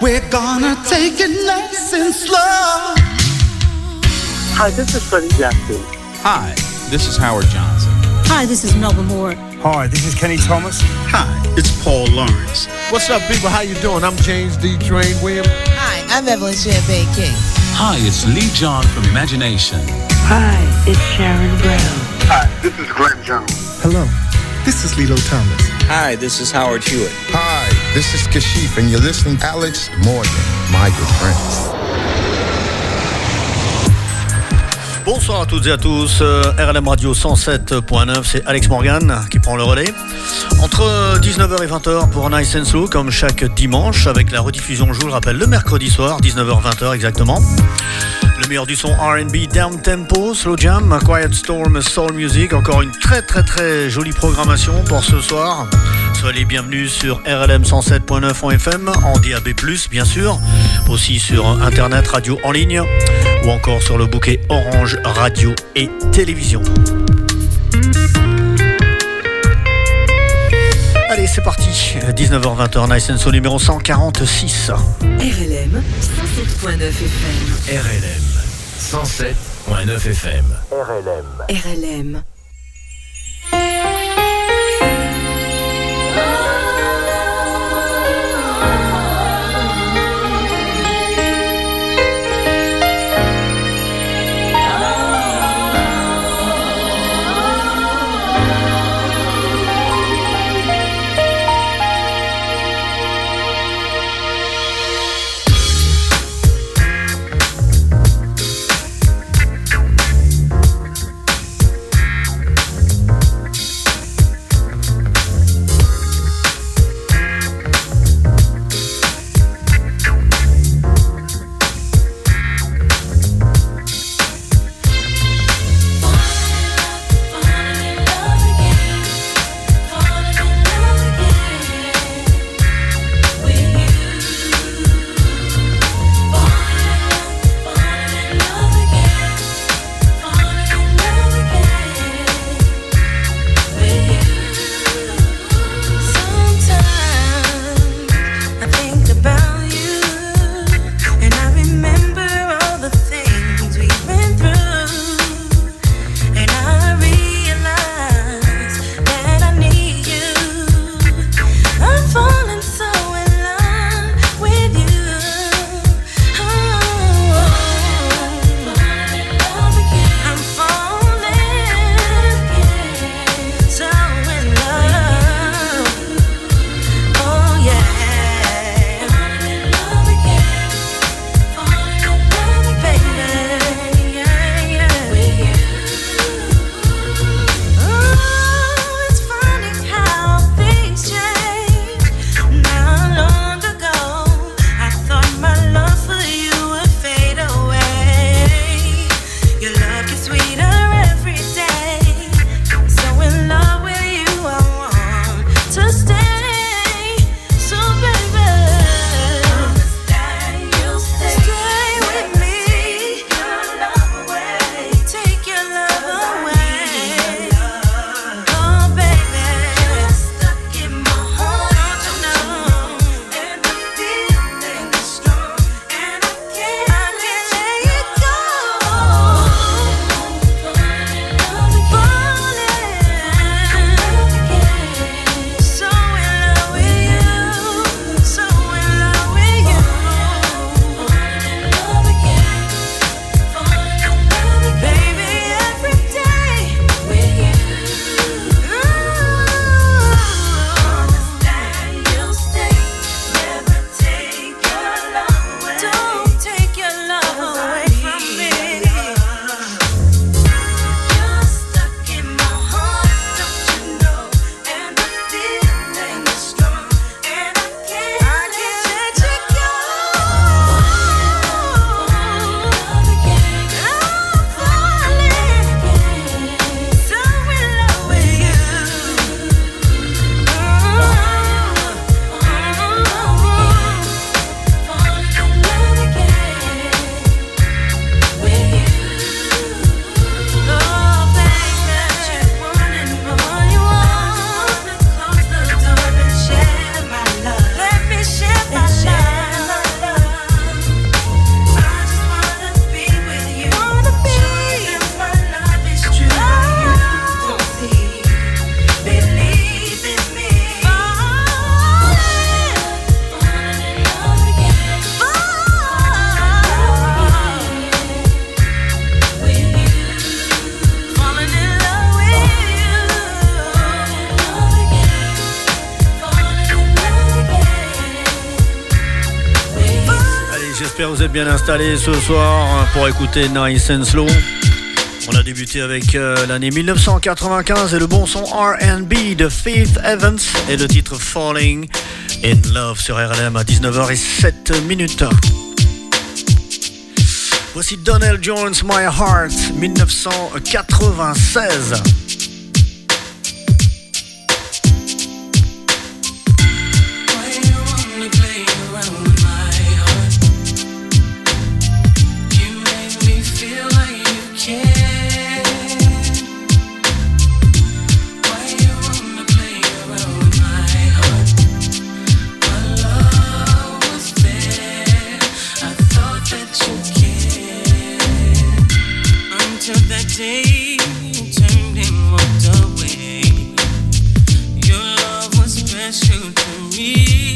We're gonna take it nice and slow. Hi, this is Freddie Jackson. Hi, this is Howard Johnson. Hi, this is Melba Moore. Hi, this is Kenny Thomas. Hi, it's Paul Lawrence. What's up, people? How you doing? I'm James D. Train Williams. Hi, I'm Evelyn Champagne King. Hi, it's Lee John from Imagination. Hi, it's Sharon Brown. Hi, this is Glenn Jones. Hello, this is Lilo Thomas. Hi, this is Howard Hewitt. Hi, this is Kashif, and you're listening to Alex Morgan, my good friends. Bonsoir à toutes et à tous, RLM Radio 107.9, c'est Alex Morgan qui prend le relais. Entre 19h et 20h pour Nice and Slow, comme chaque dimanche, avec la rediffusion, je vous le rappelle, le mercredi soir, 19h-20h exactement. Le meilleur du son R&B, down tempo, slow jam, quiet storm, soul music. Encore une très très très jolie programmation pour ce soir. Soyez les bienvenus sur RLM 107.9 en FM, en DAB+, bien sûr, aussi sur Internet, radio en ligne, ou encore sur le bouquet Orange Radio et Télévision. Allez, c'est parti. 19h-20h, Nice and Soul numéro 146. RLM 107.9 FM. RLM 107.9 FM. RLM. J'espère que vous êtes bien installés ce soir pour écouter Nice and Slow. On a débuté avec l'année 1995 et le bon son R&B de Faith Evans et le titre Falling in Love sur RLM à 19h07. Voici Donell Jones, My Heart, 1996. Day you turned and walked away. Your love was special to me.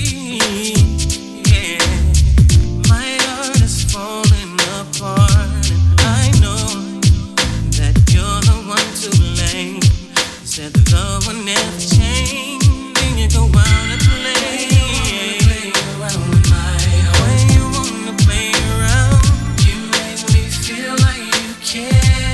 Yeah, my heart is falling apart, and I know that you're the one to blame. You said the love would never change, then you go out and play. Around with my heart. When you wanna play around, you make me feel like you care.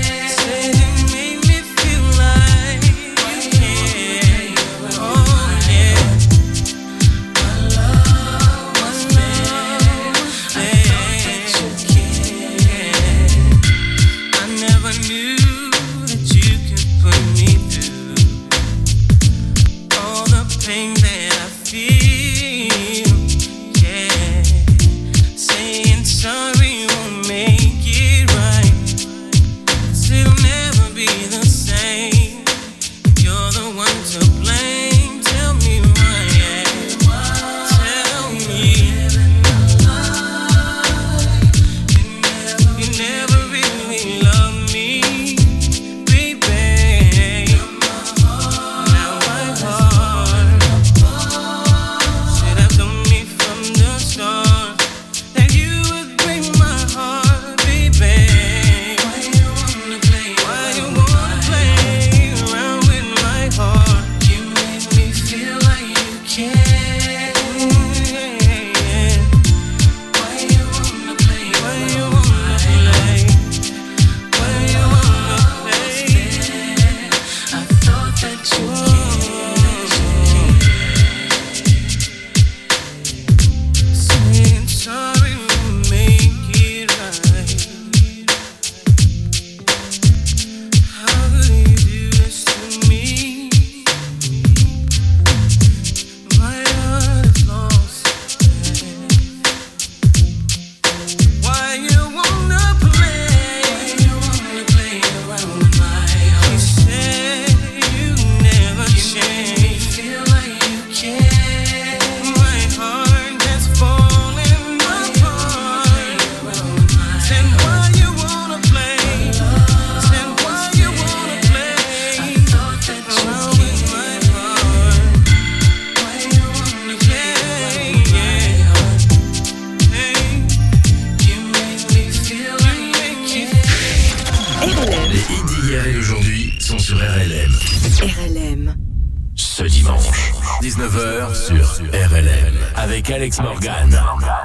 Alex Morgan.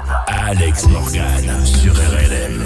Alex Morgan sur RLM.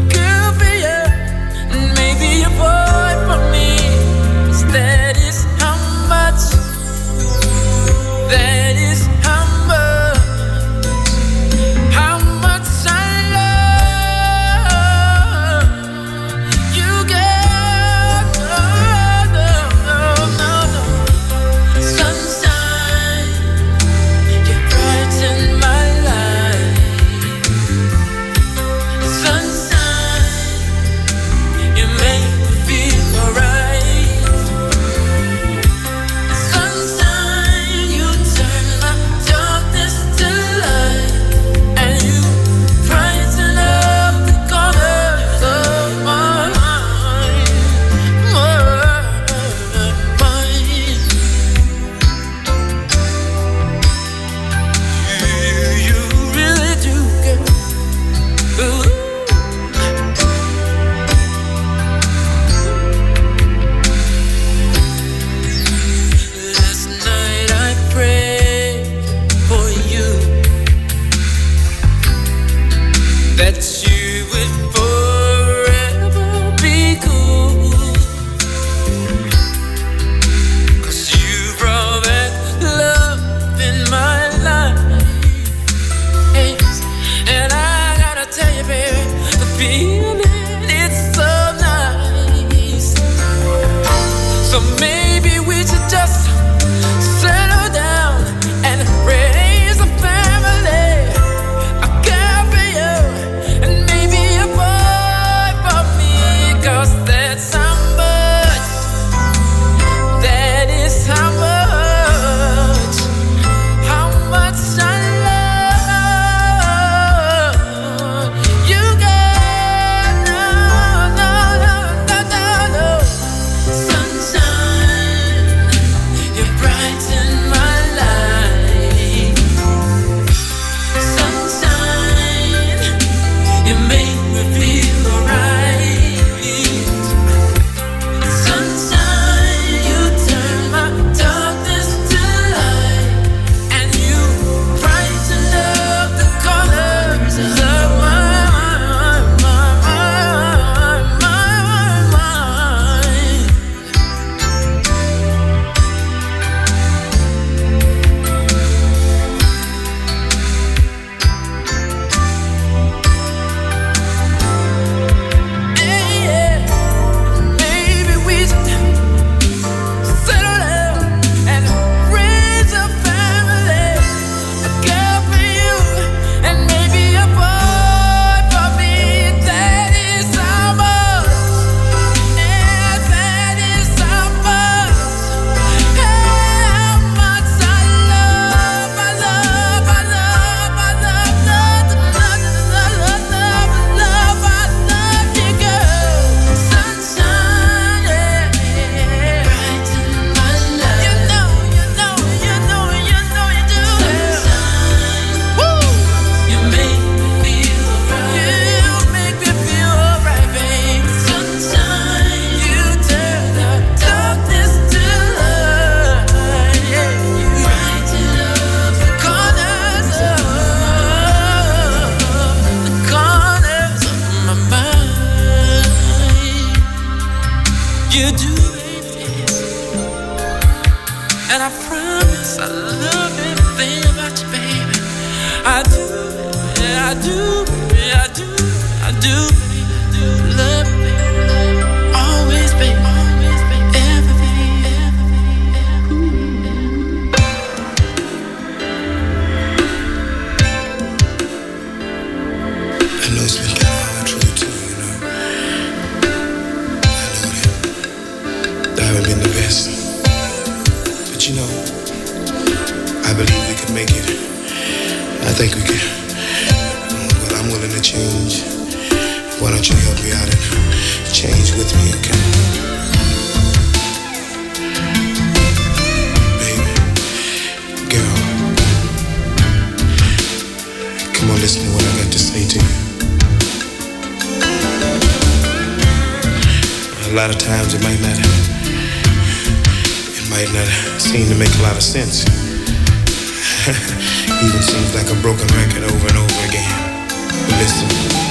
That is how So maybe we should just settle down and raise a family. A girl for you and maybe a boy for me. 'Cause that's how much, that is how much I love you, girl. No, no, no, no, no, no. Sunshine, you brighten my life. Sunshine, you make me feel alright. Sunshine, you turn my darkness to light, and you brighten up the colors of my mind. Yeah, maybe we should settle down and raise a family. A girl for you and maybe a boy for me. That is how much, yeah, that is how much I love, I love, I love, I love, love you, girl. Sunshine, yeah, brighten my life. You know you do. Sunshine, woo, you make me feel alright. You make me feel alright, babe. Sunshine, you turn the darkness to light. Yeah, you brighten up the corners of my mind. You do it, and I promise I love everything about you, baby. I do, yeah, I do, yeah, I do, I do, love you, baby. Always, baby, everything. I know it's been kind of hard for you too, you know. I know that I haven't been the best. But you know, I believe we could make it. I think we could. Well, I'm willing to change. Why don't you help me out and change with me, okay? Baby, girl, come on, listen to what I got to say to you. A lot of times it might not seem to make a lot of sense. Even seems like a broken record over and over again. But listen.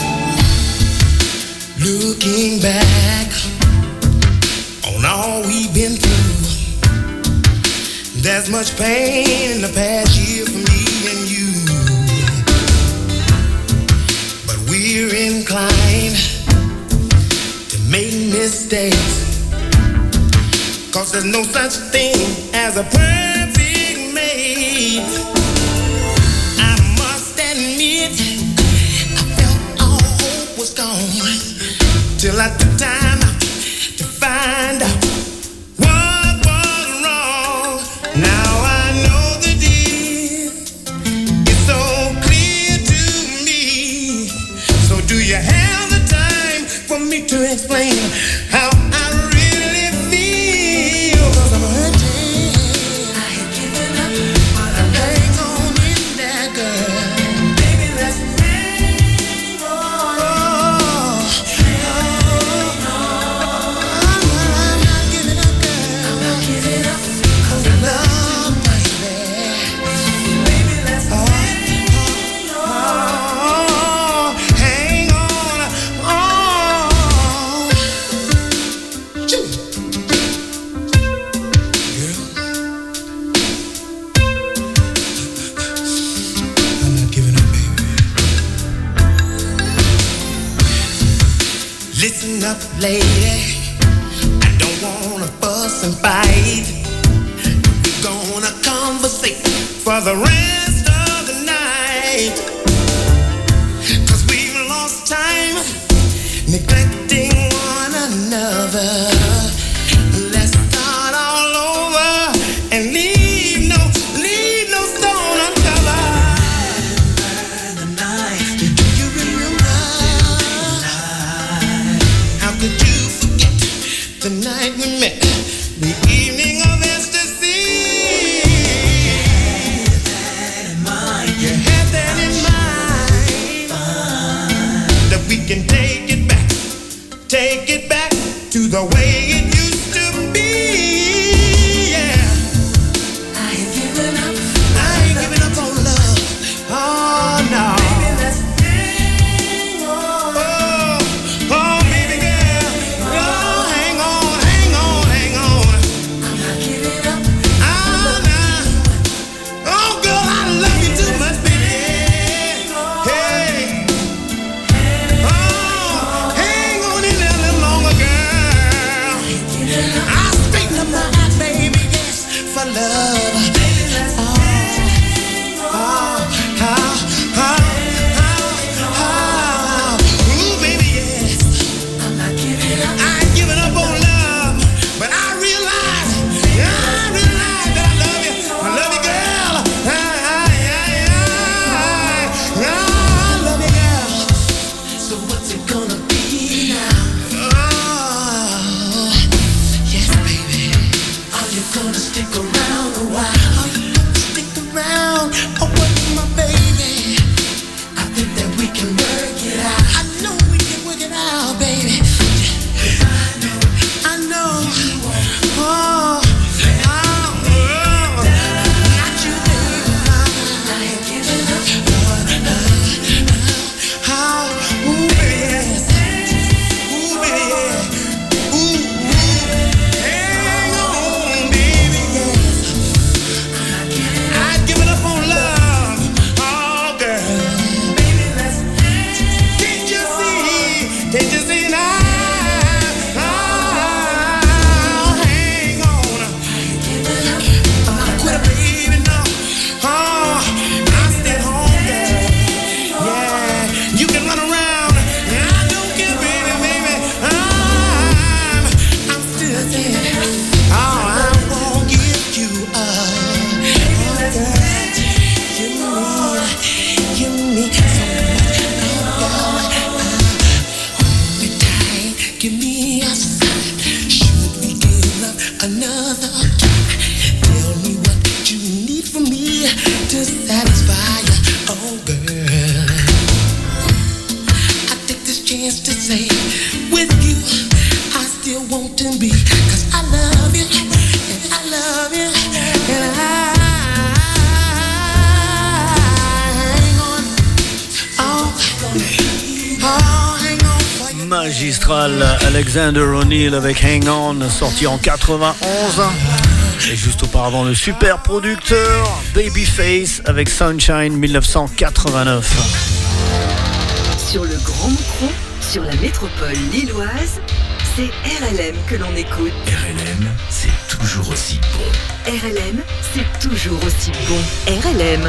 Looking back on all we've been through, there's much pain in the past year for me and you. But we're inclined to make mistakes, 'cause there's no such thing as a perfect mate. I must admit, I felt all hope was gone, till I took time to find out what was wrong. Now I know the deal is so clear to me. So do you have the time for me to explain how I really feel? 'Cause I'm hurting. I ain't giving up, but I hang on in there, girl. Baby, let's hang on. Hang on. I'm not giving up, girl. I'm not giving up, 'cause I love you, baby. Baby, let's hang on. Hang on. Listen up, lady. I don't wanna fuss and bite. We're gonna conversate for the rest of the night. 'Cause we've lost time neglecting one another. Let's start all over and leave no stone uncovered. The night, do you remember? How could you forget the night we met? The evening of ecstasy. You had that in mind. That we can take it back to the way it used to be. Yeah. I ain't giving up on love. Oh no. Baby, let's hang on. Oh baby girl. Oh, hang on. I'm not giving up. Oh girl, I love you too much, baby. Hey. Oh, hang on in there a little longer, girl. I'll straighten up my heart, baby, yes, for love. Ooh, baby, yes. I ain't giving up on love, but I realize that I love you. I love you, girl. I love you, girl. So what's it gonna be now? Oh, yes, baby. Are you gonna stick around a while? Are you gonna stick around? Oh, what's my baby? I think that we can work it out. I know we can work it out, baby. I know. Oh, not you, baby. I ain't giving up. Ooh, baby, yes. Ooh, baby, yeah. Ooh, hang on, baby, yes. I ain't giving up on love. Oh, girl. Baby, let's can't you see now? Oh, hang on. I'm not quit, baby, no. Oh, I'm still home, girl. Yeah, you can run around. I don't care, baby. I'm still there. Oh, I won't give you up. Oh, girl, you need so much. Oh, girl, hold me tight, give me a sign. Should we give up another try? Tell me what you need from me to satisfy you. Oh, girl, I take this chance to say, with you, I still want to be. 'Cause I love you, and I love you, and I hang on. Oh, hang on for you. Magistral Alexander O'Neal avec Hang On, sorti en 91. Et juste auparavant, le super producteur Babyface avec Sunshine 1989. Sur le Grand Moucron, sur la métropole lilloise, c'est RLM que l'on écoute. RLM, c'est toujours aussi bon. RLM, c'est toujours aussi bon. RLM.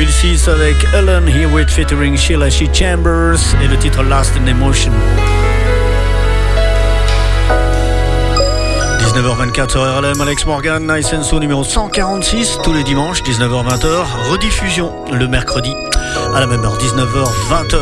2006 avec Ellen Hewitt featuring Sheila She Chambers et le titre Last in Emotion. 19h24 sur RLM, Alex Morgan, Nice and So numéro 146, tous les dimanches, 19h-20h, rediffusion le mercredi à la même heure, 19h-20h.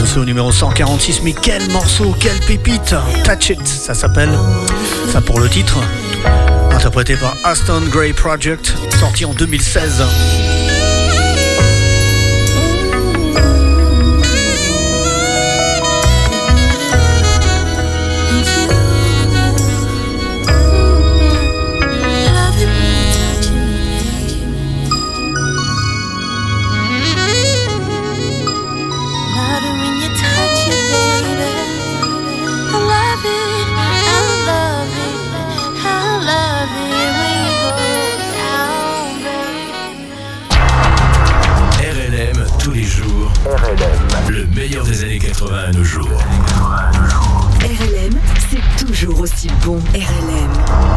Slow numéro 146. Mais quel morceau, quelle pépite! Touch It, ça s'appelle. Ça pour le titre. Interprété par Aston Gray Project, sorti en 2016. Le meilleur des années 80 à nos jours. RLM, c'est toujours aussi bon. RLM.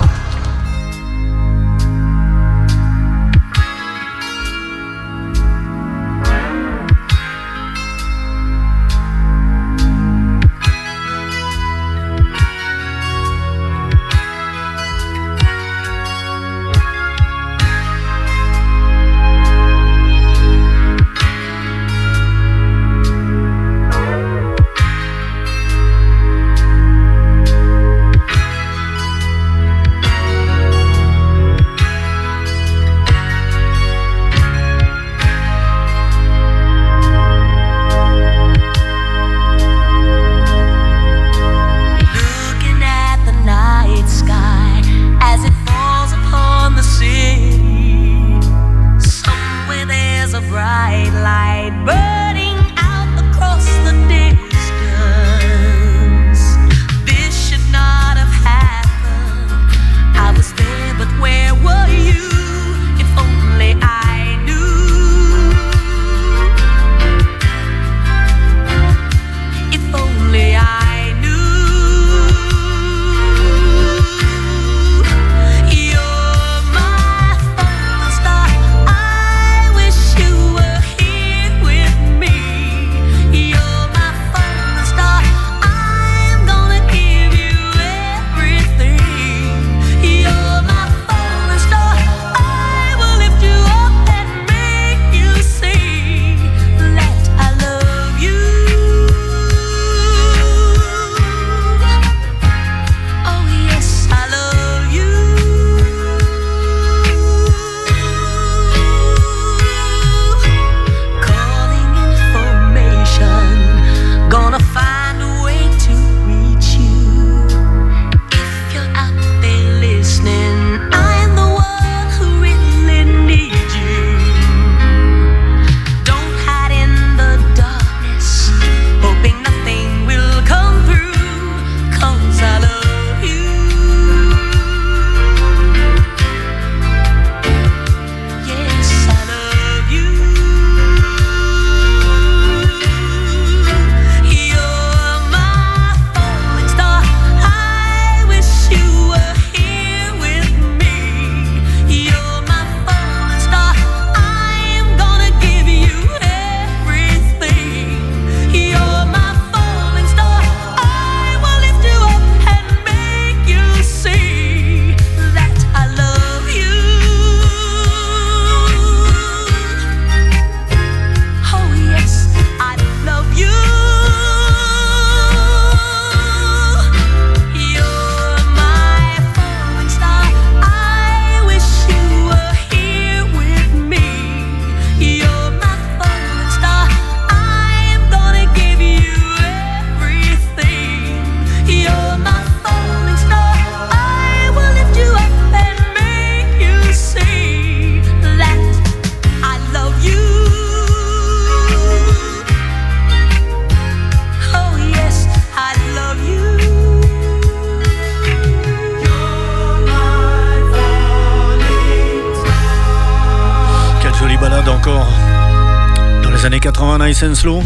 Années 80, Nice and Slow.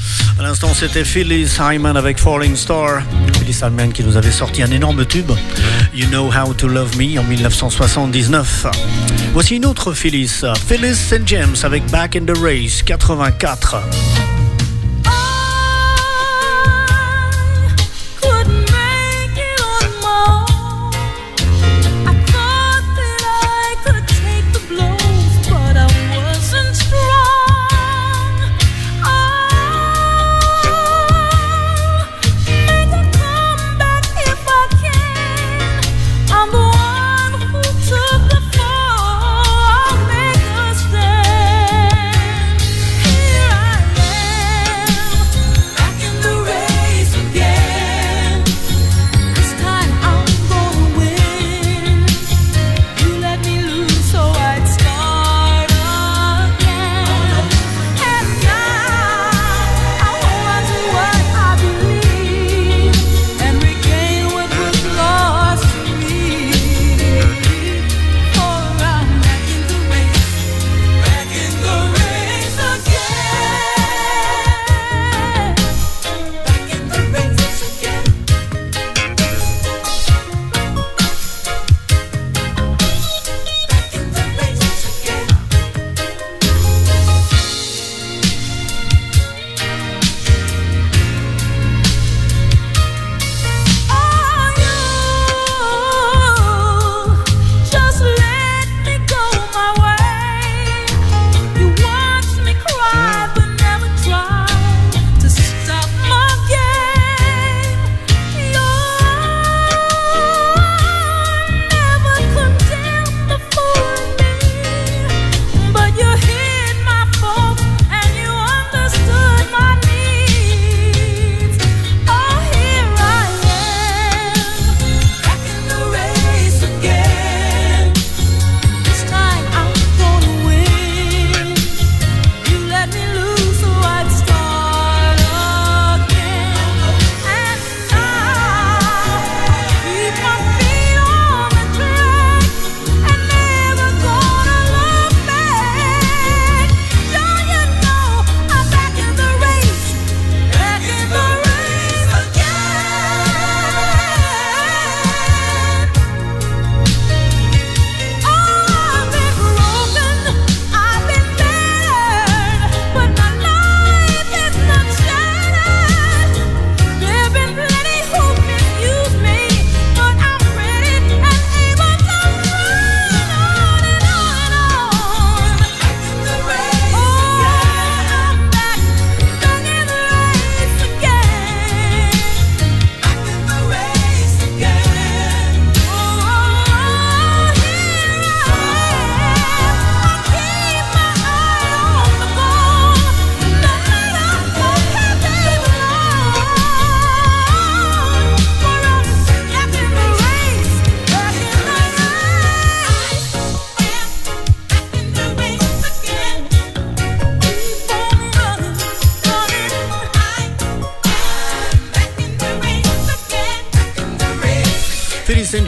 À l'instant, c'était Phyllis Hyman avec Falling Star. Phyllis Hyman qui nous avait sorti un énorme tube, You Know How to Love Me, en 1979. Voici une autre Phyllis, Phyllis St. James avec Back in the Race, 84.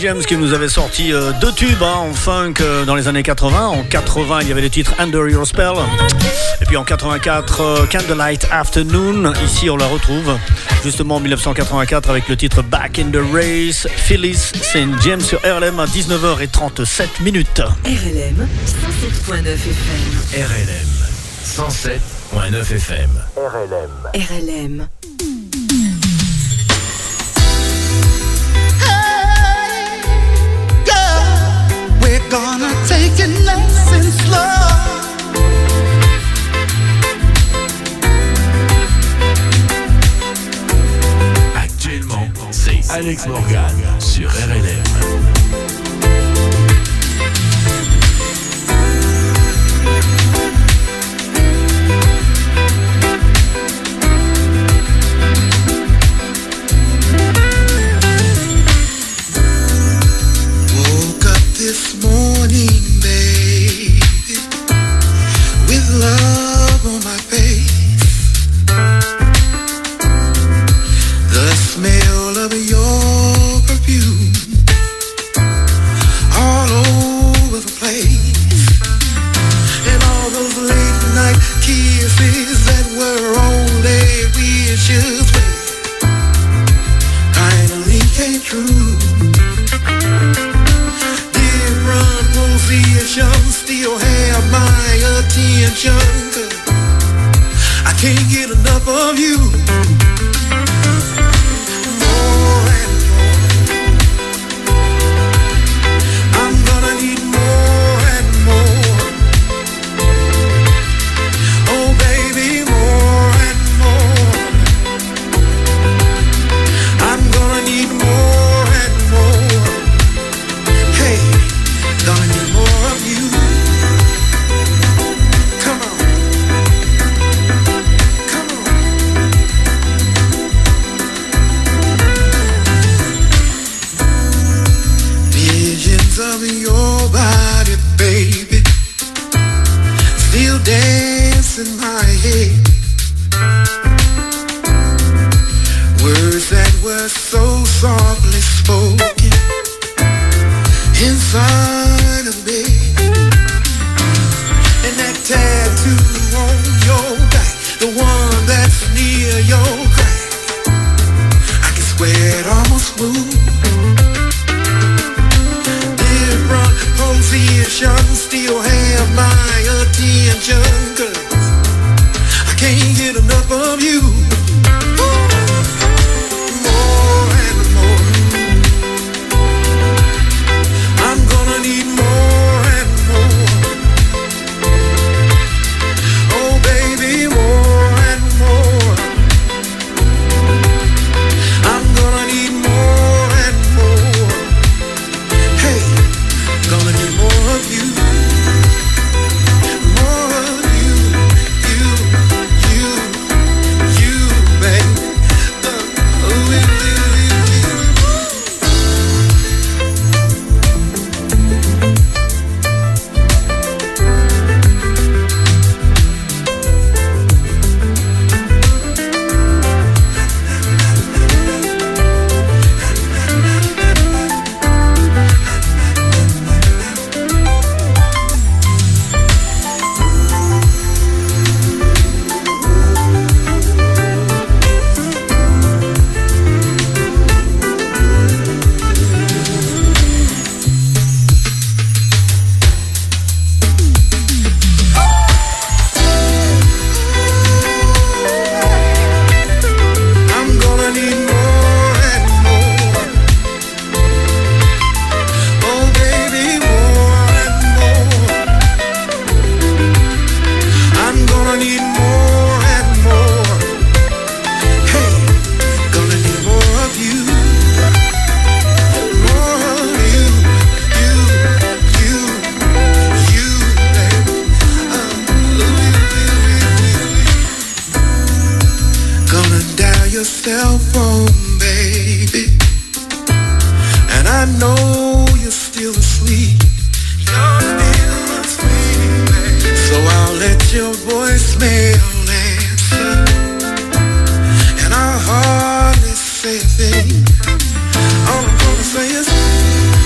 James qui nous avait sorti deux tubes en funk dans les années 80. En 80, il y avait le titre Under Your Spell. Et puis en 84, Candlelight Afternoon. Ici, on la retrouve justement en 1984 avec le titre Back in the Race. Phyllis St. James sur RLM à 19h37. RLM 107.9 FM. RLM 107.9 FM. RLM. We're gonna take it nice and slow. Actuellement, c'est Alex Morgan sur RLM. This morning, baby, with love on my face, the smell of your perfume all over the place, and all those late night kisses that were only wishes finally came true. Still have my attention, 'cause I can't get enough of you. More and more, I'm gonna need more and more. Oh baby, more and more, I'm gonna need more and more. Hey, gonna need more of you. Of your body, baby, still dance in my head. Words that were so softly spoken inside of me, and that tattoo on your back, the one that's near your crack, I can swear it almost moved. Still have my attention, 'cause I can't get enough of you. More and more, I'm gonna need more and more. Oh baby, more and more, I'm gonna need more and more. Hey, gonna need more of you. Cell phone, baby, and I know you're still asleep. You're still asleep, baby. So I'll let your voicemail answer, and I'll hardly say a thing. All I'm gonna say is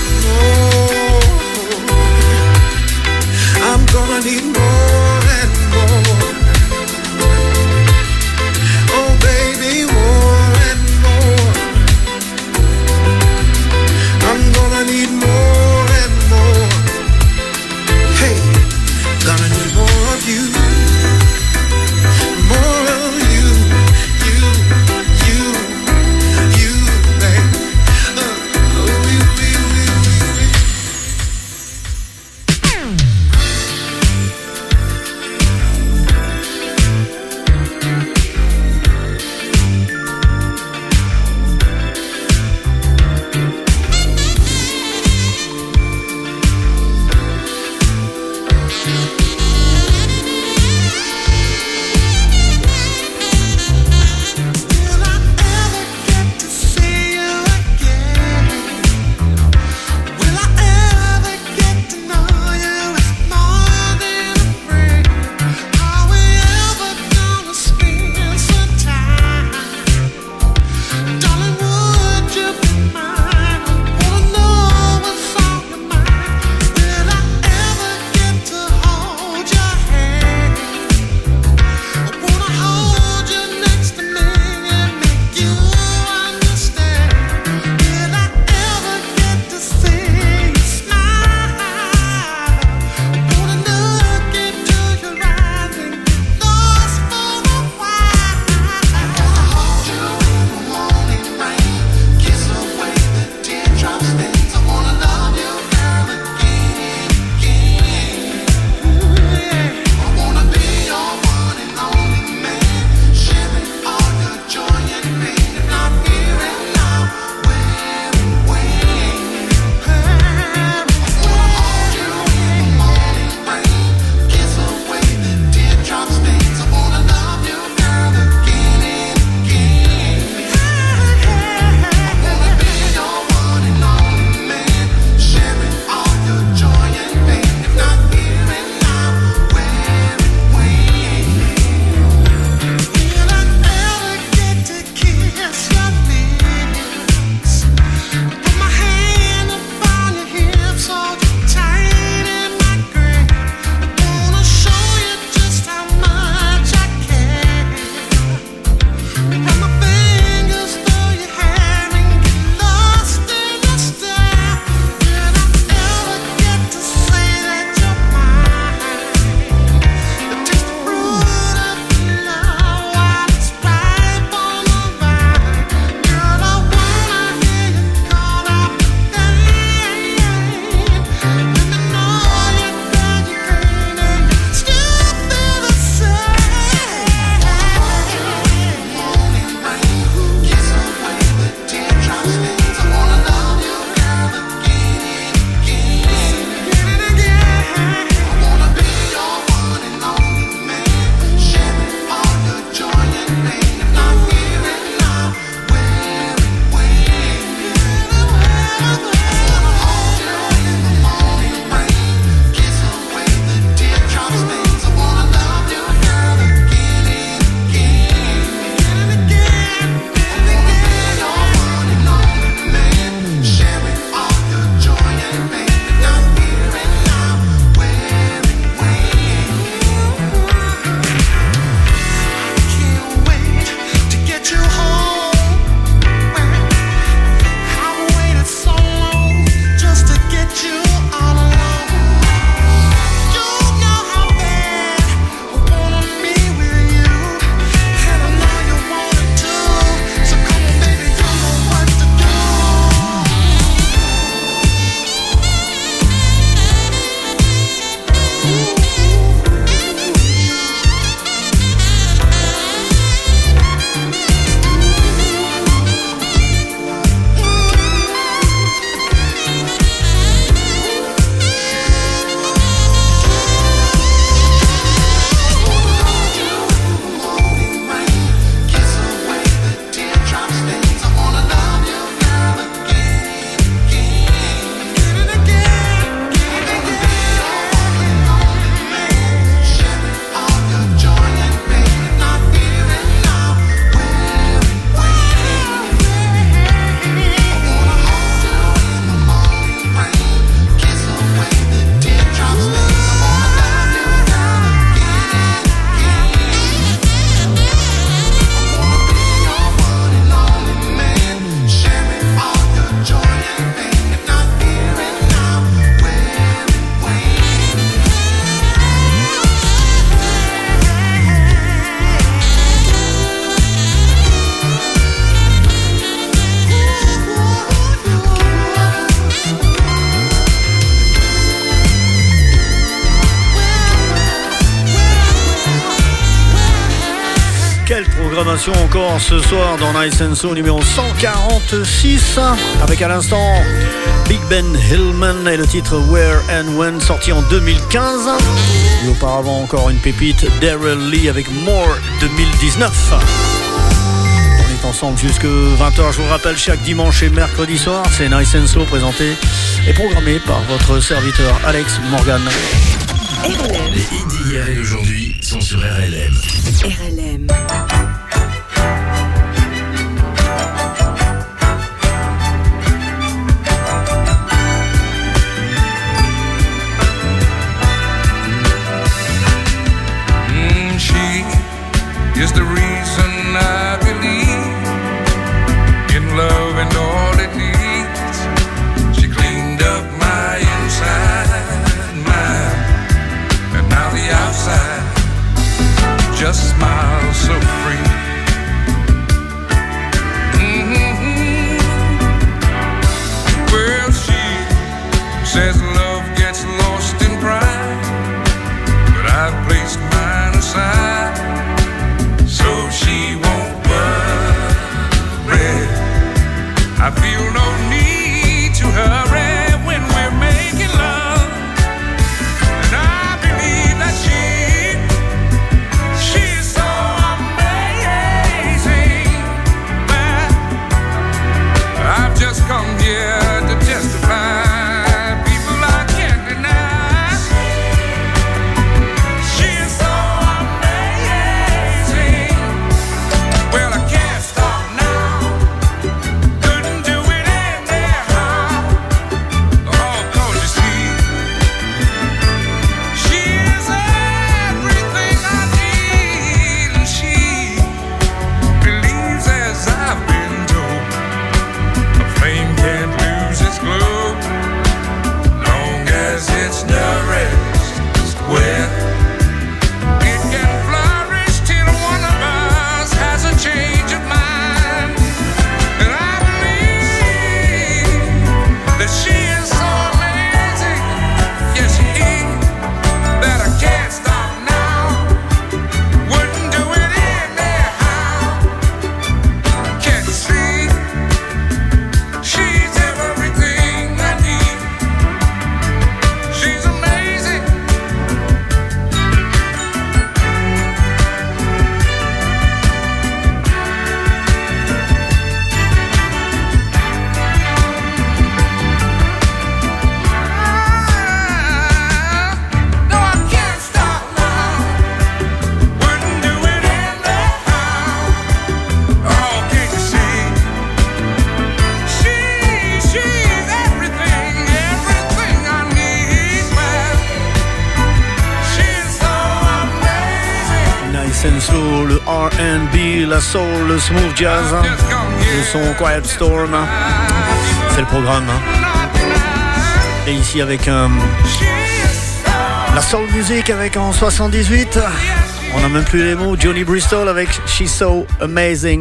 programmation encore ce soir dans Nice & Soul numéro 146 avec à l'instant Big Ben Hillman et le titre Where and When sorti en 2015 et auparavant encore une pépite Daryl Lee avec More 2019. On est ensemble jusque 20h, je vous rappelle, chaque dimanche et mercredi soir, c'est Nice & Soul présenté et programmé par votre serviteur Alex Morgan. RLM. Les hits d'hier et d'aujourd'hui sont sur RLM. RLM. She is the reason I believe in love and all it needs. She cleaned up my inside mind, and now the outside just smiles so free. Mm-hmm. Well, she says love gets lost in pride, but I've placed mine aside so she won't worry. I feel no need to hurry when we're making love, and I believe that she's so amazing. But I've just come here to testify. People I can't deny. She is so amazing. Well, I can't stop now. Couldn't do it anyhow. Oh, 'cause you see, she is everything I need, and she believes, as I've been told, a flame can't lose its glow long as it's nourished well. It can flourish till one of us has a change of mind, and I believe that she is so amazing. Yes, she is. That I can't stop now. Wouldn't do it anyhow. Can't you see? She's everything I need. She's amazing. No, I can't stop now. Wouldn't do it anyhow. Oh, can't you see? She's everything I need. Well, she's so amazing. Nice & Soul, le R&B, la soul, le smooth jazz, le son Quiet Storm, c'est le programme. Et ici avec la soul music avec en 78, on n'a même plus les mots, Johnny Bristol avec She's So Amazing.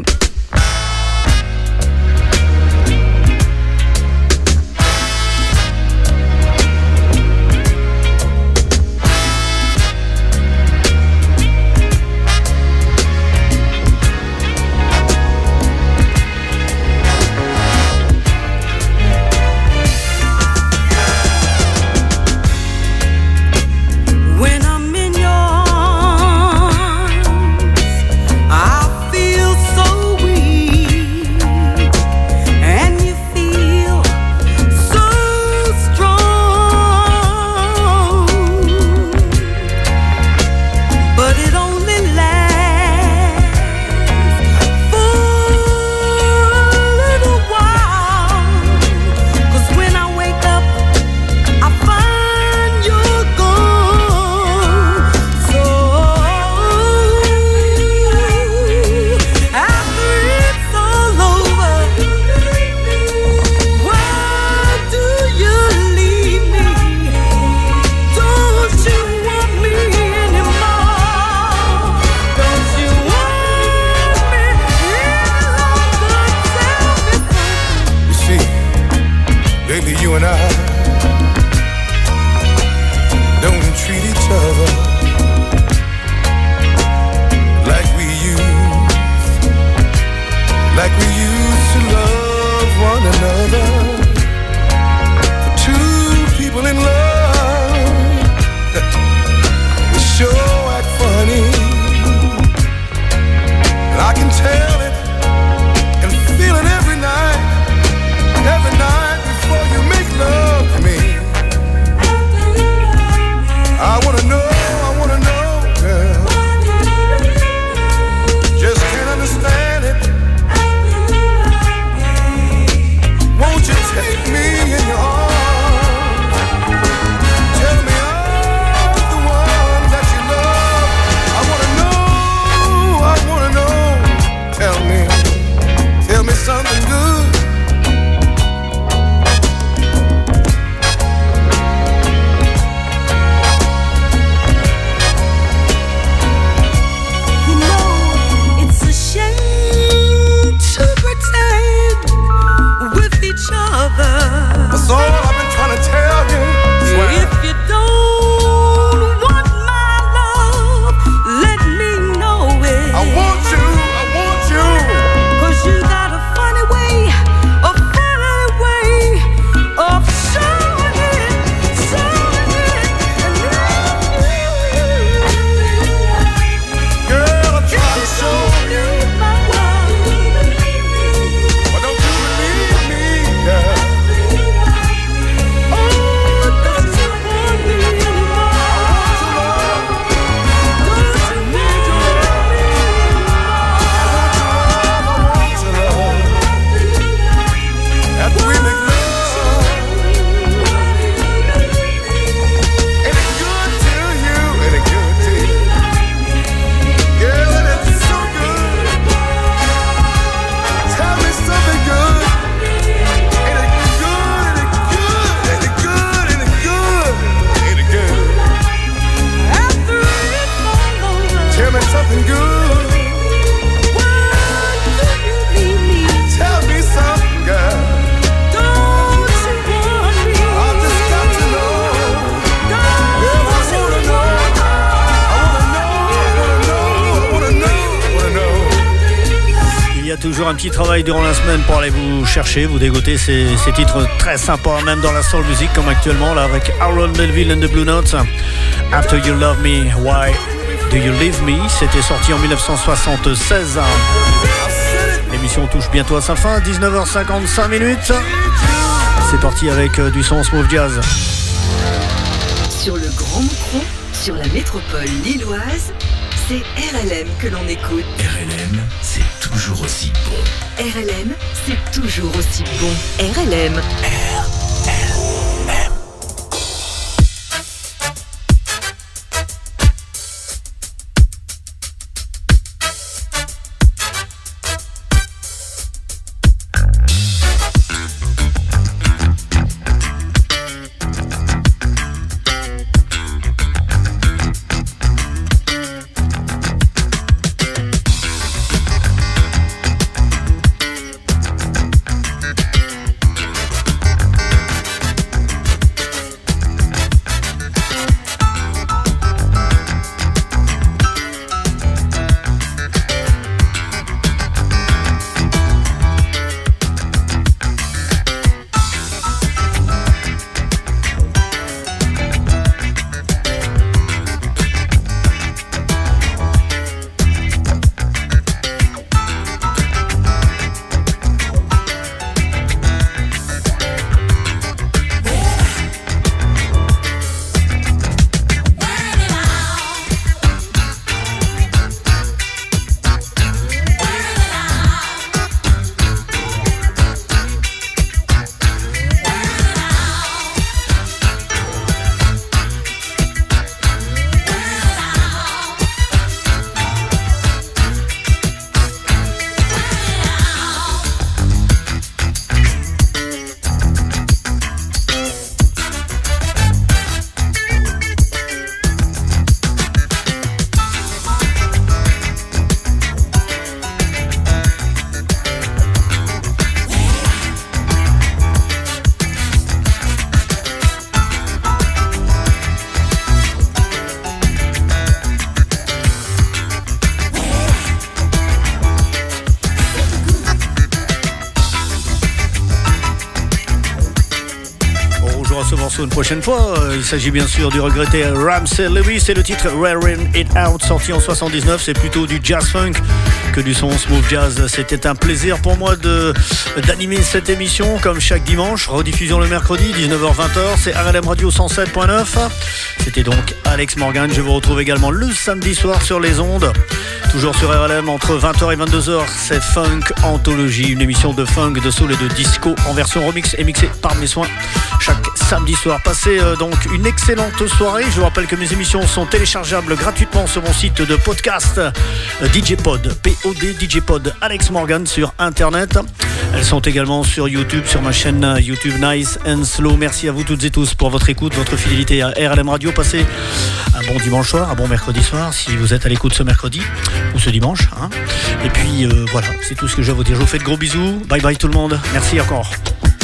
When I'm in your arms, I feel so me something good. Why do you leave me? Tell me something, girl. Don't you want me? I just got to know. Girl, I wanna know. I wanna know. Il y a toujours un petit travail durant la semaine pour aller vous chercher, vous dégoter ces titres très sympas, même dans la soul music comme actuellement, là avec Aaron Melville and the Blue Notes. After You Love Me, Why Do You Leave Me? C'était sorti en 1976. L'émission touche bientôt à sa fin, 19h55 minutes. C'est parti avec du son smooth jazz. Sur le Grand Moucron, sur la métropole lilloise, c'est RLM que l'on écoute. RLM, c'est toujours aussi bon. RLM, c'est toujours aussi bon. RLM. Une prochaine fois, il s'agit bien sûr du regretté Ramsey Lewis et le titre Wearing It Out, sorti en 79. C'est plutôt du jazz funk que du son smooth jazz. C'était un plaisir pour moi d'animer cette émission comme chaque dimanche, rediffusion le mercredi 19h-20h. C'est RLM Radio 107.9. C'était donc Alex Morgan. Je vous retrouve également le samedi soir sur les ondes, toujours sur RLM entre 20h et 22h. C'est Funk Anthologie, une émission de funk, de soul et de disco en version remix et mixée par mes soins chaque samedi soir. Passez donc une excellente soirée. Je vous rappelle que mes émissions sont téléchargeables gratuitement sur mon site de podcast DJ Pod, POD DJ Pod Alex Morgan sur internet. Elles sont également sur YouTube, sur ma chaîne YouTube Nice and Slow. Merci à vous toutes et tous pour votre écoute, votre fidélité à RLM Radio. Passez un bon dimanche soir, un bon mercredi soir si vous êtes à l'écoute ce mercredi ou ce dimanche, hein. Et puis voilà, c'est tout ce que je vais vous dire. Je vous fais de gros bisous. Bye bye tout le monde. Merci encore.